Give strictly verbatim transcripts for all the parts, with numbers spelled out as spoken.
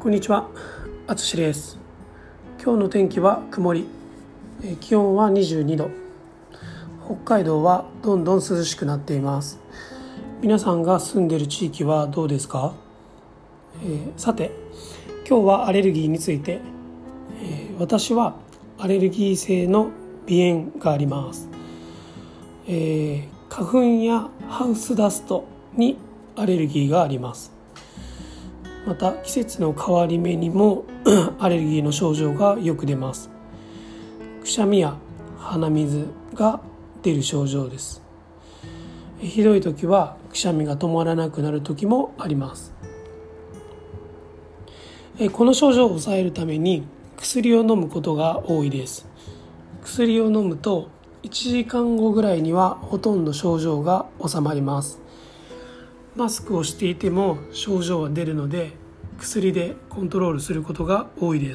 こんにちは、あつしです。今日の天気は曇り、えー気温はにじゅうにど。北海道はどんどん涼しくなっています。皆さんが住んでいる地域はどうですか？えーさて、今日はアレルギーについて、えー私はアレルギー性の鼻炎があります。えー花粉やハウスダストにアレルギーがあります。また季節の変わり目にもアレルギーの症状がよく出ます。くしゃみや鼻水が出る症状です。ひどい時はくしゃみが止まらなくなる時もあります。この症状を抑えるために薬を飲むことが多いです。薬を飲むといちじかんごぐらいにはほとんど症状が治まります。マスクをしていても症状は出るので、薬でコントロールすることが多いです。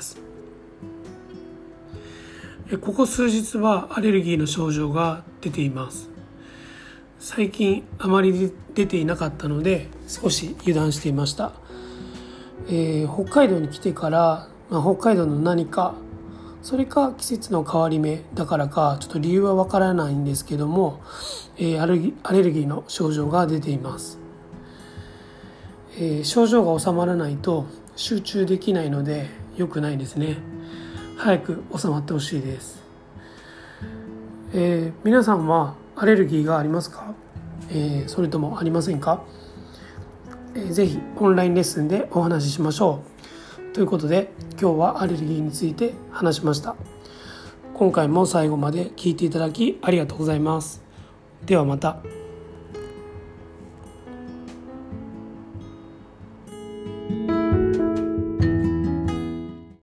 ここ数日はアレルギーの症状が出ています。最近あまり出ていなかったので少し油断していました。えー、北海道に来てから、まあ、北海道の何か、それか季節の変わり目だからかちょっと理由はわからないんですけども、えー、アレルギー、アレルギーの症状が出ています。えー、症状が治まらないと集中できないので良くないですね。早く治まってほしいです。えー、皆さんはアレルギーがありますか？えー、それともありませんか？えー、ぜひオンラインレッスンでお話ししましょう。ということで今日はアレルギーについて話しました。今回も最後まで聞いていただきありがとうございます。ではまた。